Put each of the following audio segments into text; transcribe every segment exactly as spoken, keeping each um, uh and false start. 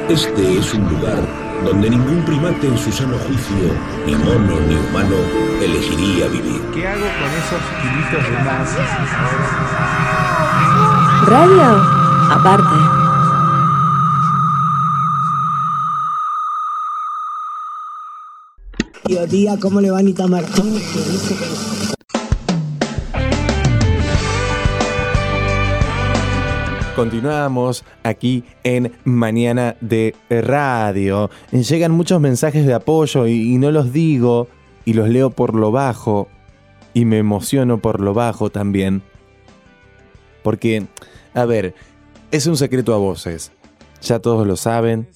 Este es un lugar donde ningún primate en su sano juicio, ni mono ni humano, elegiría vivir. ¿Qué hago con esos kilitos de más ahora? Radio aparte. Tío, tía, ¿cómo le va a Itamar? Continuamos aquí en Mañana de Radio. Llegan muchos mensajes de apoyo y, y no los digo y los leo por lo bajo y me emociono por lo bajo también. Porque, a ver, es un secreto a voces. Ya todos lo saben.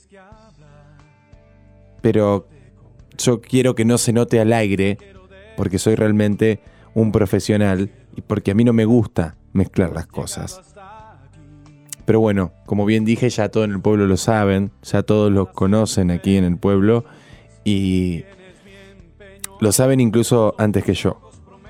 Pero yo quiero que no se note al aire porque soy realmente un profesional y porque a mí no me gusta mezclar las cosas. Pero bueno, como bien dije, ya todo en el pueblo lo saben, ya todos lo conocen aquí en el pueblo y lo saben incluso antes que yo.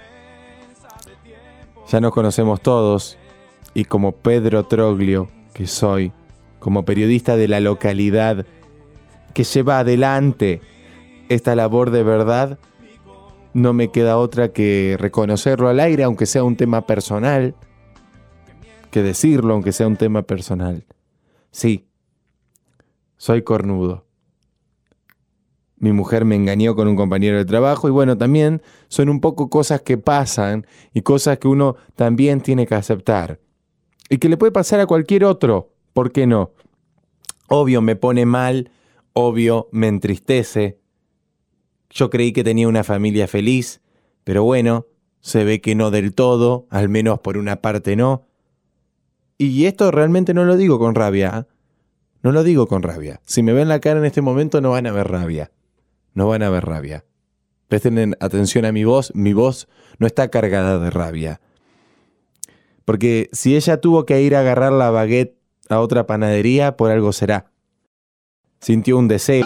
Ya nos conocemos todos y como Pedro Troglio, que soy, como periodista de la localidad que lleva adelante esta labor de verdad, no me queda otra que reconocerlo al aire, aunque sea un tema personal, que decirlo, aunque sea un tema personal. Sí, soy cornudo. Mi mujer me engañó con un compañero de trabajo y bueno, también son un poco cosas que pasan y cosas que uno también tiene que aceptar. Y que le puede pasar a cualquier otro, ¿por qué no? Obvio me pone mal, obvio me entristece. Yo creí que tenía una familia feliz, pero bueno, se ve que no del todo, al menos por una parte no. Y esto realmente no lo digo con rabia, ¿eh? No lo digo con rabia. Si me ven la cara en este momento no van a ver rabia. No van a ver rabia. Presten atención a mi voz. Mi voz no está cargada de rabia. Porque si ella tuvo que ir a agarrar la baguette a otra panadería, por algo será. Sintió un deseo.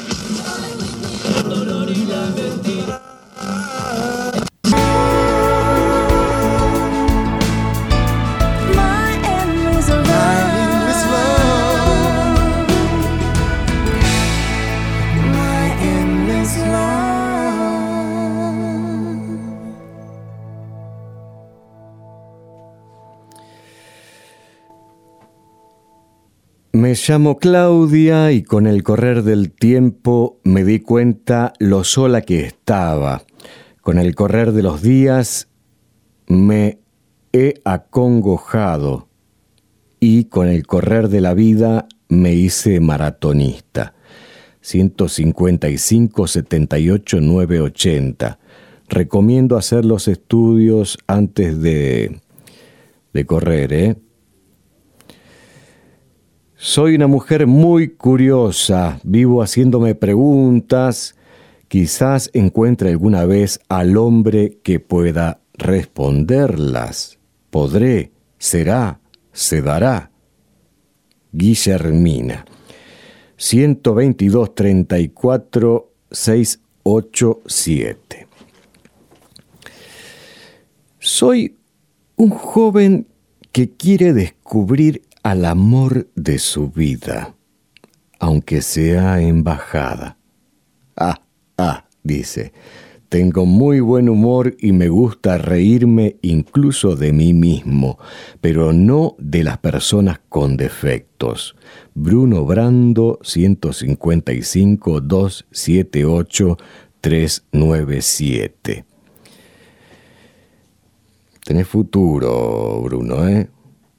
Me llamo Claudia y con el correr del tiempo me di cuenta lo sola que estaba. Con el correr de los días me he acongojado y con el correr de la vida me hice maratonista. ciento cincuenta y cinco, setenta y ocho, novecientos ochenta. Recomiendo hacer los estudios antes de, de correr, ¿eh? Soy una mujer muy curiosa, vivo haciéndome preguntas, quizás encuentre alguna vez al hombre que pueda responderlas. Podré, será, se dará. Guillermina. ciento veintidós, treinta y cuatro, seiscientos ochenta y siete. Soy un joven que quiere descubrir al amor de su vida, aunque sea embajada. Ah, ah, dice, tengo muy buen humor y me gusta reírme incluso de mí mismo, pero no de las personas con defectos. Bruno Brando, ciento cincuenta y cinco, doscientos setenta y ocho, trescientos noventa y siete. Tenés futuro, Bruno, ¿eh?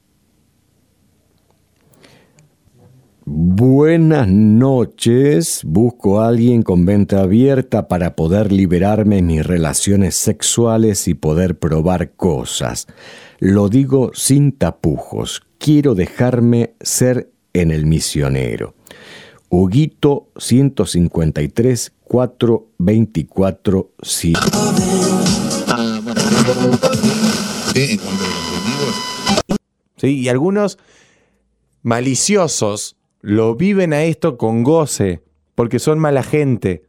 Buenas noches, busco a alguien con venta abierta para poder liberarme en mis relaciones sexuales y poder probar cosas. Lo digo sin tapujos, quiero dejarme ser en el misionero. Huguito, ciento cincuenta y tres, cuatrocientos veinticuatro, siete. Sí, y algunos maliciosos lo viven a esto con goce, porque son mala gente,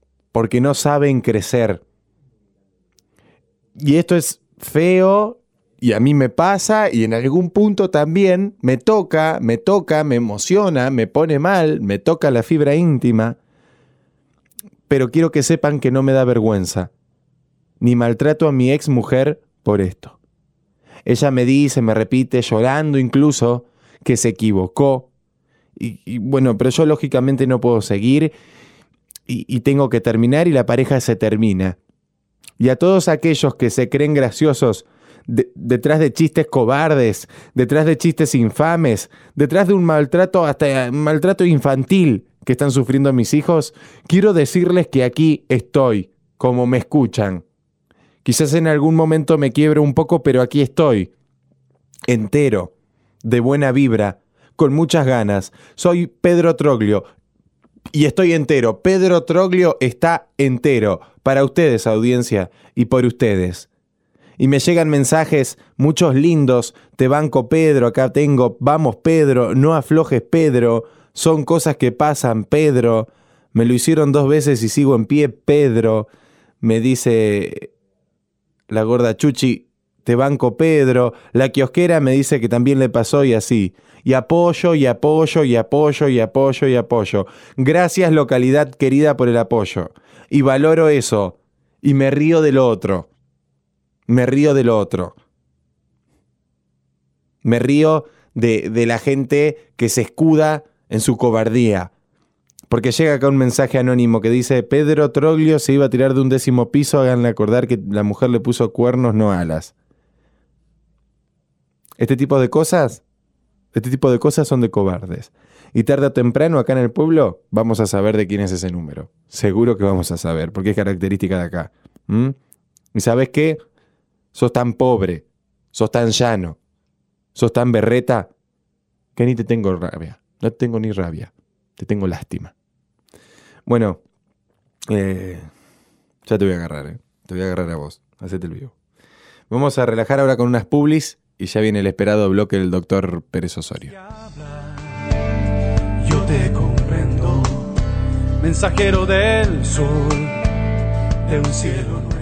porque no saben crecer. Y esto es feo y a mí me pasa y en algún punto también me toca, me toca, me emociona, me pone mal, me toca la fibra íntima. Pero quiero que sepan que no me da vergüenza, ni maltrato a mi ex mujer por esto. Ella me dice, me repite, llorando incluso, que se equivocó. Y, y bueno, pero yo lógicamente no puedo seguir y, y tengo que terminar y la pareja se termina. Y a todos aquellos que se creen graciosos de, detrás de chistes cobardes, detrás de chistes infames, detrás de un maltrato, hasta un maltrato infantil que están sufriendo mis hijos, quiero decirles que aquí estoy, como me escuchan. Quizás en algún momento me quiebro un poco, pero aquí estoy, entero, de buena vibra, con muchas ganas. Soy Pedro Troglio y estoy entero. Pedro Troglio está entero, para ustedes, audiencia, y por ustedes. Y me llegan mensajes, muchos lindos, te banco Pedro, acá tengo, vamos Pedro, no aflojes Pedro, son cosas que pasan Pedro, me lo hicieron dos veces y sigo en pie Pedro, me dice la gorda Chuchi, te banco Pedro, la kiosquera me dice que también le pasó y así, y apoyo, y apoyo, y apoyo, y apoyo, y apoyo. Gracias localidad querida por el apoyo, y valoro eso, y me río de lo otro. Me río de lo otro. Me río de, de la gente que se escuda en su cobardía. Porque llega acá un mensaje anónimo que dice: Pedro Troglio se iba a tirar de un décimo piso, háganle acordar que la mujer le puso cuernos, no alas. Este tipo de cosas, este tipo de cosas son de cobardes. Y tarde o temprano acá en el pueblo vamos a saber de quién es ese número. Seguro que vamos a saber, porque es característica de acá. ¿Mm? ¿Y sabes qué? Sos tan pobre, sos tan llano, sos tan berreta, que ni te tengo rabia. No te tengo ni rabia, te tengo lástima. Bueno, eh, ya te voy a agarrar, ¿eh? Te voy a agarrar a vos, hacete el vivo. Vamos a relajar ahora con unas publis y ya viene el esperado bloque del doctor Pérez Osorio. Yo te comprendo, mensajero del sol, de un cielo nuevo.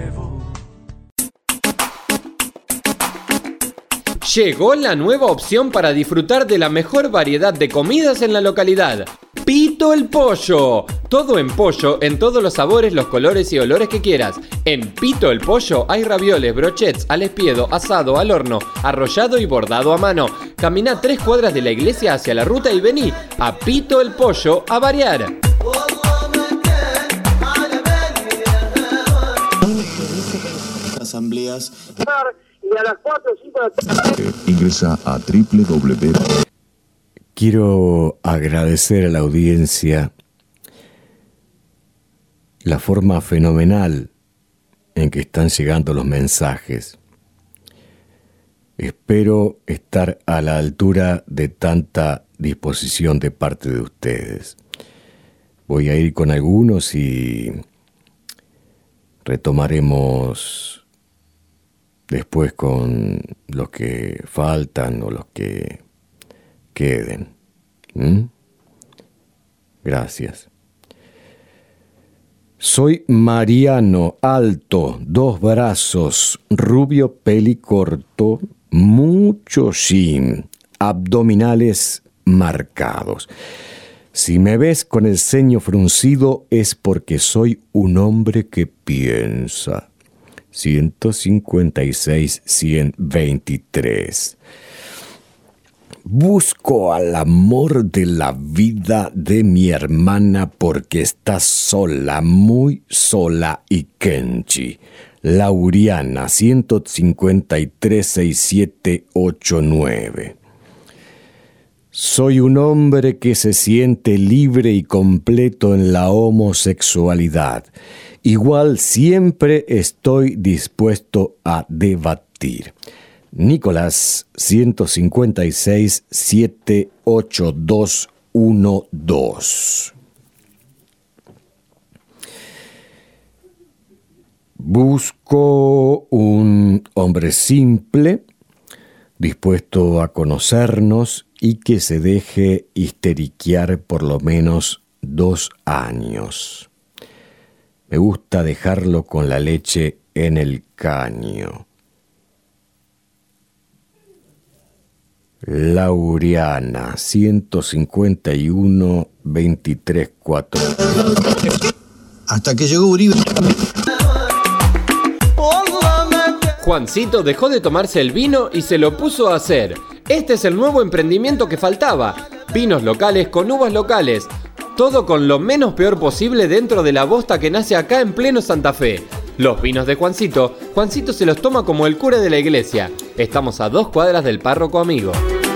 Llegó la nueva opción para disfrutar de la mejor variedad de comidas en la localidad. Pito el Pollo. Todo en pollo, en todos los sabores, los colores y olores que quieras. En Pito el Pollo hay ravioles, brochets, al espiedo, asado, al horno, arrollado y bordado a mano. Camina tres cuadras de la iglesia hacia la ruta y vení a Pito el Pollo a variar. Asambleas. Y a las cuatro o cinco de la tarde. Ingresa a doble u doble u doble u. Quiero agradecer a la audiencia la forma fenomenal en que están llegando los mensajes. Espero estar a la altura de tanta disposición de parte de ustedes. Voy a ir con algunos y retomaremos después con los que faltan o los que queden. ¿Mm? Gracias. Soy Mariano, alto, dos brazos, rubio pelicorto, mucho gym, abdominales marcados. Si me ves con el ceño fruncido es porque soy un hombre que piensa. ciento cincuenta y seis, ciento veintitrés. Busco al amor de la vida de mi hermana porque está sola, muy sola y Kenchi. Lauriana, ciento cincuenta y tres, sesenta y siete, ochenta y nueve. Soy un hombre que se siente libre y completo en la homosexualidad. Igual siempre estoy dispuesto a debatir. Nicolás, ciento cincuenta y seis, setecientos ochenta y dos, doce. Busco un hombre simple, dispuesto a conocernos y que se deje histeriquear por lo menos dos años. Me gusta dejarlo con la leche en el caño. Laureana, ciento cincuenta y uno, veintitrés, cuatro. Hasta que llegó Uribe. Juancito dejó de tomarse el vino y se lo puso a hacer. Este es el nuevo emprendimiento que faltaba. Vinos locales con uvas locales. Todo con lo menos peor posible dentro de la bosta que nace acá en pleno Santa Fe. Los vinos de Juancito, Juancito se los toma como el cura de la iglesia. Estamos a dos cuadras del párroco amigo.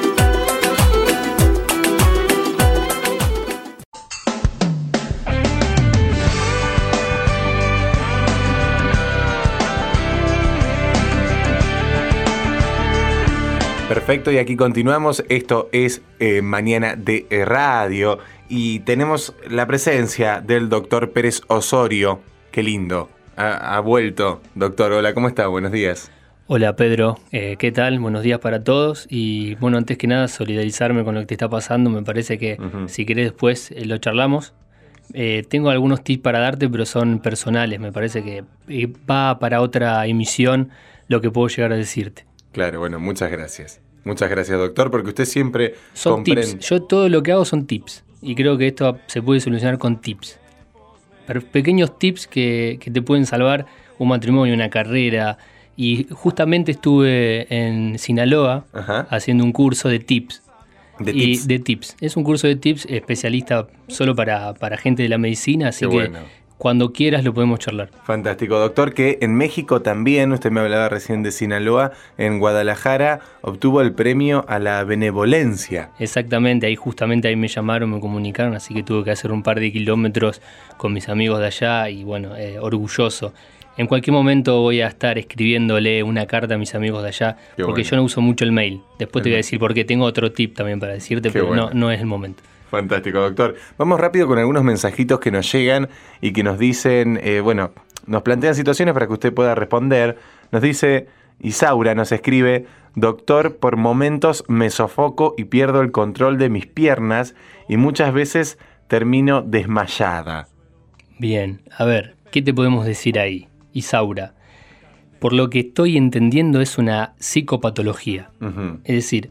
Perfecto, y aquí continuamos. Esto es eh, Mañana de Radio y tenemos la presencia del doctor Pérez Osorio. Qué lindo. Ha, ha vuelto. Doctor, hola, ¿cómo está? Buenos días. Hola Pedro, eh, ¿qué tal? Buenos días para todos y bueno, antes que nada solidarizarme con lo que te está pasando. Me parece que uh-huh. si querés después eh, lo charlamos. Eh, tengo algunos tips para darte, pero son personales. Me parece que eh, va para otra emisión lo que puedo llegar a decirte. Claro, bueno, muchas gracias. Muchas gracias, doctor, porque usted siempre son comprende... tips. Yo todo lo que hago son tips y creo que esto se puede solucionar con tips. Pero pequeños tips que, que te pueden salvar un matrimonio, una carrera. Y justamente estuve en Sinaloa Ajá. haciendo un curso de tips. ¿De y tips? De tips. Es un curso de tips especialista solo para, para gente de la medicina, así Qué que bueno. cuando quieras lo podemos charlar. Fantástico, doctor, que en México también, usted me hablaba recién de Sinaloa, en Guadalajara obtuvo el premio a la benevolencia. Exactamente, ahí justamente ahí me llamaron, me comunicaron, así que tuve que hacer un par de kilómetros con mis amigos de allá y bueno, eh, orgulloso. En cualquier momento voy a estar escribiéndole una carta a mis amigos de allá, qué porque bueno. yo no uso mucho el mail. Después te voy a decir por qué, tengo otro tip también para decirte, qué pero bueno. no, no es el momento. Fantástico, doctor. Vamos rápido con algunos mensajitos que nos llegan y que nos dicen, eh, bueno, nos plantean situaciones para que usted pueda responder. Nos dice, Isaura nos escribe, doctor, por momentos me sofoco y pierdo el control de mis piernas y muchas veces termino desmayada. Bien, a ver, ¿qué te podemos decir ahí, Isaura? Por lo que estoy entendiendo es una psicopatología. Uh-huh. Es decir,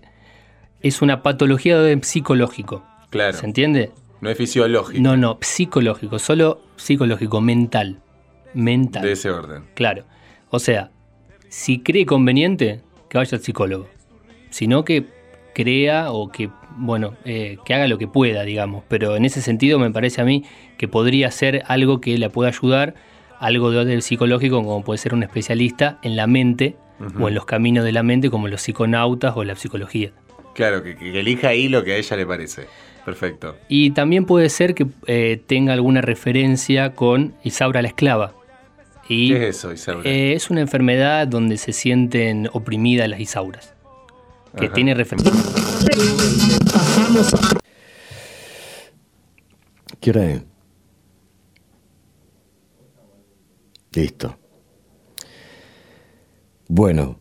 es una patología de psicológico. Claro. ¿Se entiende? No es fisiológico. No, no, psicológico, solo psicológico, mental. Mental. De ese orden. Claro. O sea, si cree conveniente, que vaya al psicólogo. Si no, que crea o que, bueno, eh, que haga lo que pueda, digamos. Pero en ese sentido me parece a mí que podría ser algo que le pueda ayudar, algo de orden psicológico, como puede ser un especialista en la mente uh-huh. o en los caminos de la mente, como los psiconautas o la psicología. Claro, que, que elija ahí lo que a ella le parece. Perfecto. Y también puede ser que eh, tenga alguna referencia con Isaura la esclava. Y, ¿qué es eso, Isaura? Eh, es una enfermedad donde se sienten oprimidas las Isauras. Que Ajá. tiene referencia. ¿Qué hora es? Listo. Bueno.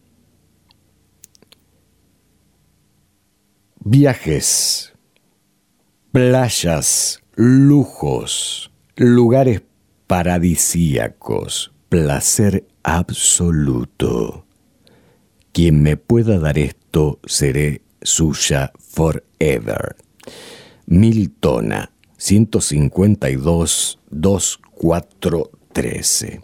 Viajes, playas, lujos, lugares paradisíacos, placer absoluto. Quien me pueda dar esto, seré suya forever. Miltona, ciento cincuenta y dos, veinticuatro, trece.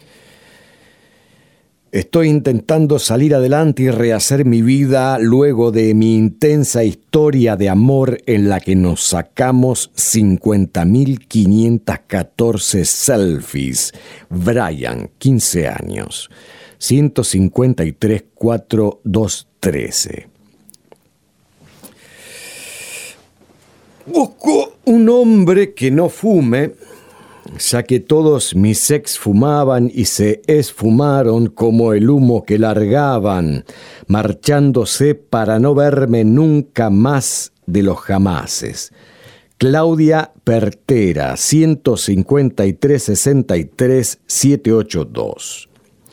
Estoy intentando salir adelante y rehacer mi vida luego de mi intensa historia de amor en la que nos sacamos cincuenta mil quinientos catorce selfies. Brian, quince años, ciento cincuenta y tres, cuatro, dos, trece. Busco un hombre que no fume, ya que todos mis ex fumaban y se esfumaron como el humo que largaban, marchándose para no verme nunca más de los jamases. Claudia Pertera, ciento cincuenta y tres, sesenta y tres, setecientos ochenta y dos.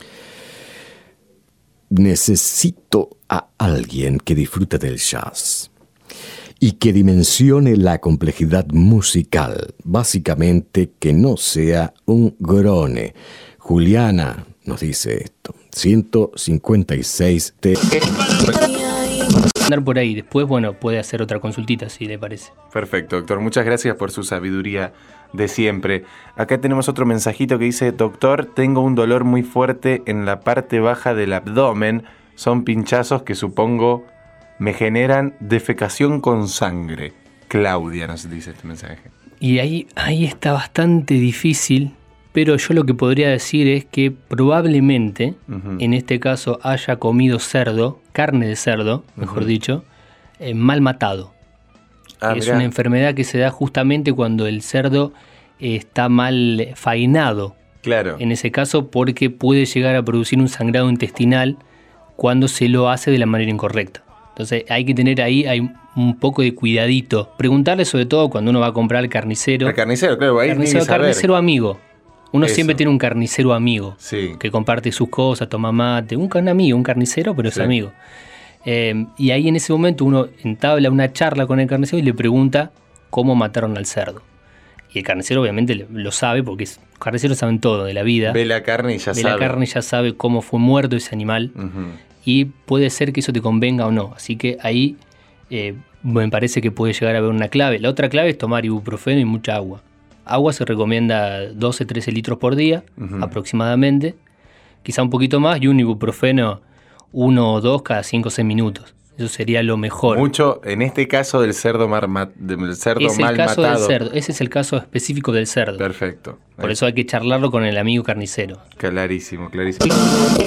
Necesito a alguien que disfrute del jazz y que dimensione la complejidad musical, básicamente que no sea un grone. Juliana nos dice esto, ciento cincuenta y seis T. andar por ahí. Después, bueno, puede hacer otra consultita si le parece. Perfecto, doctor. Muchas gracias por su sabiduría de siempre. Acá tenemos otro mensajito que dice: doctor, tengo un dolor muy fuerte en la parte baja del abdomen. Son pinchazos que supongo me generan defecación con sangre. Claudia nos dice este mensaje. Y ahí, ahí está bastante difícil, pero yo lo que podría decir es que probablemente, uh-huh. en este caso, haya comido cerdo, carne de cerdo, mejor uh-huh. dicho, eh, mal matado. Ah, es mirá. Una enfermedad que se da justamente cuando el cerdo eh, está mal faenado. Claro. En ese caso, porque puede llegar a producir un sangrado intestinal cuando se lo hace de la manera incorrecta. Entonces hay que tener ahí hay un poco de cuidadito. Preguntarle sobre todo cuando uno va a comprar al carnicero. Al carnicero, claro, ahí carnicero, tiene que saber. Carnicero amigo. Uno Eso. Siempre tiene un carnicero amigo. Sí. Que comparte sus cosas, toma mate. Un, un amigo, un carnicero, pero sí. es amigo. Eh, y ahí en ese momento uno entabla una charla con el carnicero y le pregunta cómo mataron al cerdo. Y el carnicero obviamente lo sabe porque los carniceros saben todo de la vida. Ve la carne y ya Ve sabe. Ve la carne y ya sabe cómo fue muerto ese animal. Uh-huh. Y puede ser que eso te convenga o no. Así que ahí eh, me parece que puede llegar a haber una clave. La otra clave es tomar ibuprofeno y mucha agua. Agua se recomienda doce a trece litros por día, uh-huh. aproximadamente. Quizá un poquito más, y un ibuprofeno uno o dos cada cinco o seis minutos. Eso sería lo mejor. Mucho, en este caso del cerdo, mar, del cerdo es mal el caso matado. Del cerdo. Ese es el caso específico del cerdo. Perfecto. Por eso hay que charlarlo con el amigo carnicero. Clarísimo, clarísimo.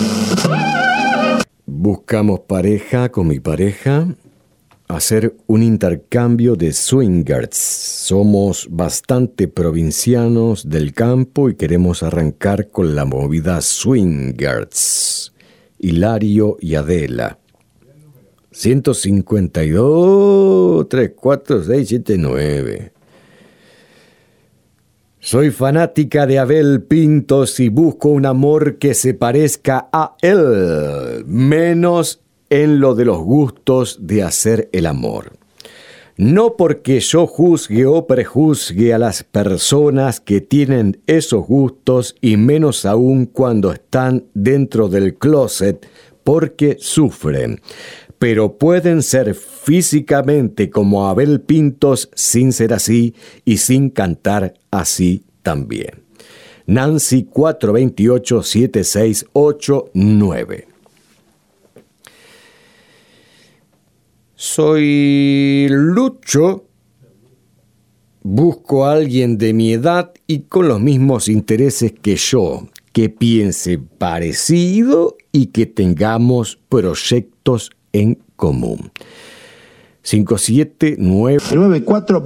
Buscamos pareja con mi pareja, hacer un intercambio de swingers. Somos bastante provincianos del campo y queremos arrancar con la movida swingers. Hilario y Adela. ciento cincuenta y dos, tres, cuatro, seis, siete, nueve. Soy fanática de Abel Pintos y busco un amor que se parezca a él, menos en lo de los gustos de hacer el amor. No porque yo juzgue o prejuzgue a las personas que tienen esos gustos y menos aún cuando están dentro del closet porque sufren. Pero pueden ser físicamente como Abel Pintos sin ser así y sin cantar así también. Nancy cuatro dos ocho, siete seis ocho nueve. Soy Lucho. Busco a alguien de mi edad y con los mismos intereses que yo, que piense parecido y que tengamos proyectos en común. cinco siete nueve nueve cuatro.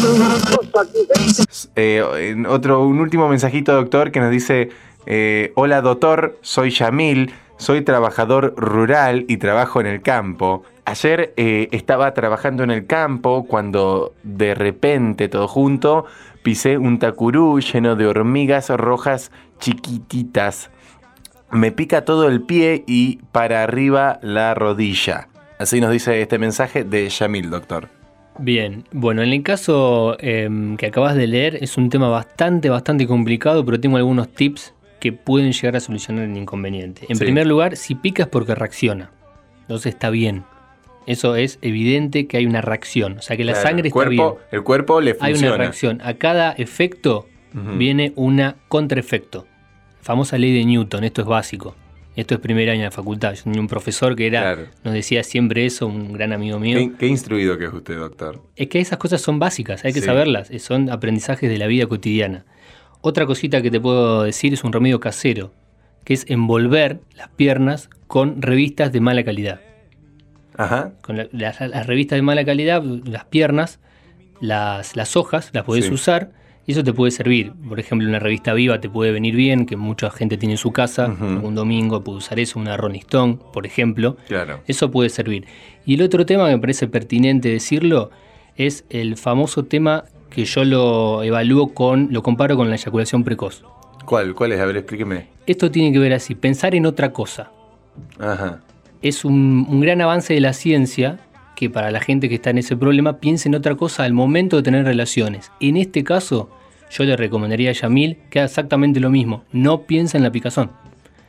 Eh, otro, un último mensajito, doctor, que nos dice: eh, hola, doctor, soy Yamil, soy trabajador rural y trabajo en el campo. Ayer eh, estaba trabajando en el campo cuando de repente, todo junto, pisé un tacurú lleno de hormigas rojas chiquititas. Me pica todo el pie y para arriba la rodilla. Así nos dice este mensaje de Yamil, doctor. Bien, bueno, en el caso eh, que acabas de leer es un tema bastante, bastante complicado, pero tengo algunos tips que pueden llegar a solucionar el inconveniente. En sí. primer lugar, si pica es porque reacciona. Entonces está bien. Eso es evidente que hay una reacción. O sea que la claro, sangre cuerpo, está bien. El cuerpo le funciona. Hay una reacción. A cada efecto uh-huh. viene una contraefecto. Famosa ley de Newton, esto es básico. Esto es primer año de facultad. Yo tenía un profesor que era claro. nos decía siempre eso, un gran amigo mío. ¿Qué, qué instruido que es usted, doctor? Es que esas cosas son básicas, hay que sí. saberlas. Son aprendizajes de la vida cotidiana. Otra cosita que te puedo decir es un remedio casero, que es envolver las piernas con revistas de mala calidad. Ajá. Con la, las, las revistas de mala calidad, las piernas, las, las hojas, las podés sí. usar y eso te puede servir. Por ejemplo, una revista Viva te puede venir bien, que mucha gente tiene en su casa, uh-huh. un domingo puede usar eso, una Rolling Stone, por ejemplo. Claro. Eso puede servir. Y el otro tema que me parece pertinente decirlo es el famoso tema que yo lo evalúo con, lo comparo con la eyaculación precoz. ¿Cuál? ¿Cuál es? A ver, explíqueme. Esto tiene que ver así, pensar en otra cosa. Ajá. Es un, un gran avance de la ciencia que para la gente que está en ese problema piense en otra cosa al momento de tener relaciones. En este caso, yo le recomendaría a Yamil que haga exactamente lo mismo. No piense en la picazón.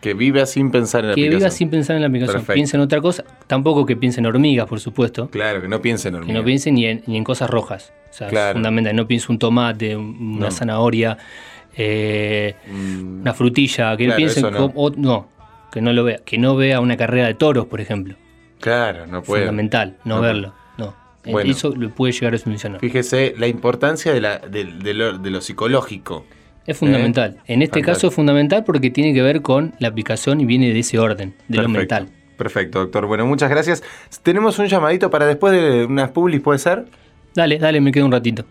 Que viva sin pensar en la que aplicación. viva sin pensar en la aplicación. Perfecto. Piensa en otra cosa. Tampoco que piense en hormigas, por supuesto. Claro, que no piense en hormigas. Que no piense ni en, ni en cosas rojas. O sea, Claro. es fundamental. No piense un tomate, una No. zanahoria, eh, Mm. una frutilla. Que Claro, piense eso en no. co- o- no, que no lo vea. Que no vea una carrera de toros, por ejemplo. Claro, no puede. Fundamental, no, No verlo. No. Bueno. Eso lo puede llegar a solucionar. Fíjese la importancia de, la, de, de lo, de lo psicológico. Es fundamental. ¿Eh? En este Fantástico. caso es fundamental porque tiene que ver con la aplicación y viene de ese orden, de lo Perfecto. mental. Perfecto, doctor. Bueno, muchas gracias. Tenemos un llamadito para después de unas publis, ¿puede ser? Dale, dale, me quedo un ratito.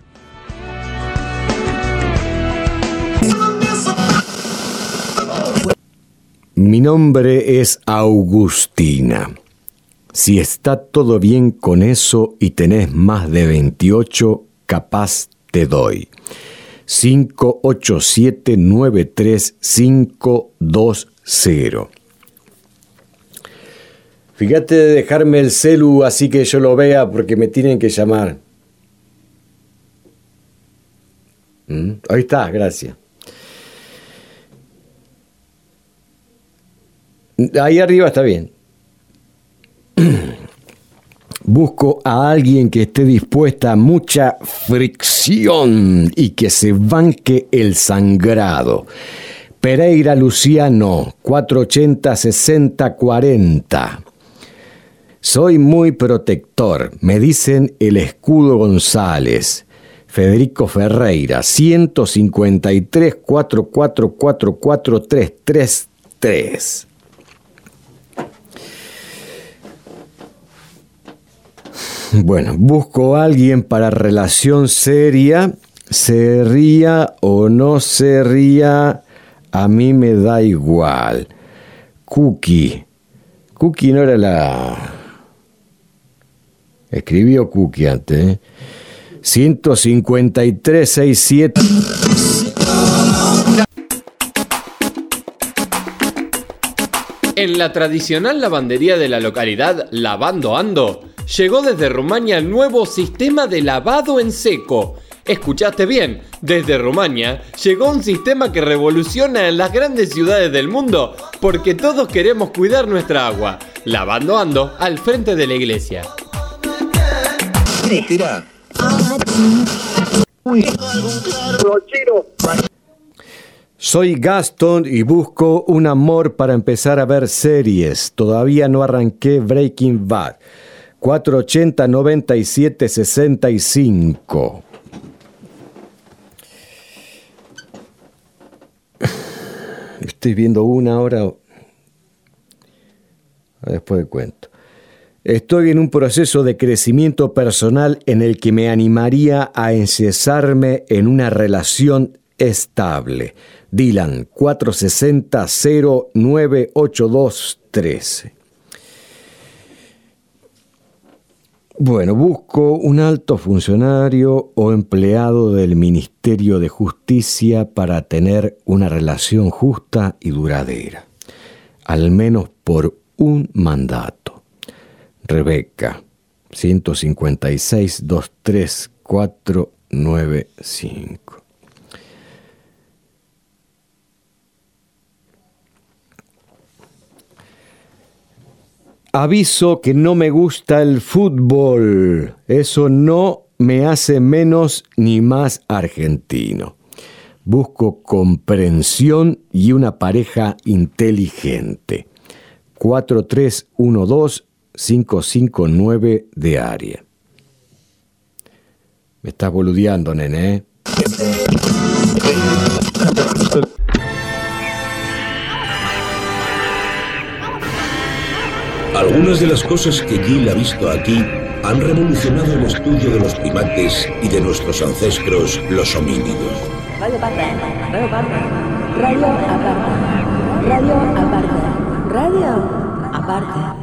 Mi nombre es Agustina. Si está todo bien con eso y tenés más de veintiocho, capaz te doy. cinco ocho siete nueve tres cinco dos cero. Fíjate de dejarme el celu así que yo lo vea porque me tienen que llamar. ¿Mm? Ahí está, gracias. Ahí arriba está bien. Busco a alguien que esté dispuesta a mucha fricción y que se banque el sangrado. Pereira Luciano, cuatrocientos ochenta sesenta cuarenta. Soy muy protector, me dicen el Escudo González. Federico Ferreira, ciento cincuenta y tres, cuatro cuatro cuatro cuatro tres tres tres. Bueno, busco a alguien para relación seria, se ría o no se ría, a mí me da igual. Cookie. Cookie no era la... Escribió Cookie antes, ¿eh? ciento cincuenta y tres, sesenta y siete... En la tradicional lavandería de la localidad Lavando Ando, llegó desde Rumania el nuevo sistema de lavado en seco. Escuchaste bien, desde Rumania llegó un sistema que revoluciona en las grandes ciudades del mundo porque todos queremos cuidar nuestra agua. Lavando Ando, al frente de la iglesia. Tira. Soy Gaston y busco un amor para empezar a ver series. Todavía no arranqué Breaking Bad. cuatrocientos ochenta, noventa y siete, sesenta y cinco. Estoy viendo una hora. Después de cuento. Estoy en un proceso de crecimiento personal en el que me animaría a encesarme en una relación estable. Dylan, cuatrocientos sesenta, cero nueve ocho dos trece. Bueno, busco un alto funcionario o empleado del Ministerio de Justicia para tener una relación justa y duradera, al menos por un mandato. Rebeca, ciento cincuenta y seis, dos tres cuatro nueve cinco. Aviso que no me gusta el fútbol. Eso no me hace menos ni más argentino. Busco comprensión y una pareja inteligente. cuatro tres uno dos, cinco cinco nueve de área. Me estás boludeando, nene, ¿eh? Algunas de las cosas que Gil ha visto aquí han revolucionado el estudio de los primates y de nuestros ancestros, los homínidos. Radio aparte, radio aparte, radio aparte, radio aparte, radio aparte.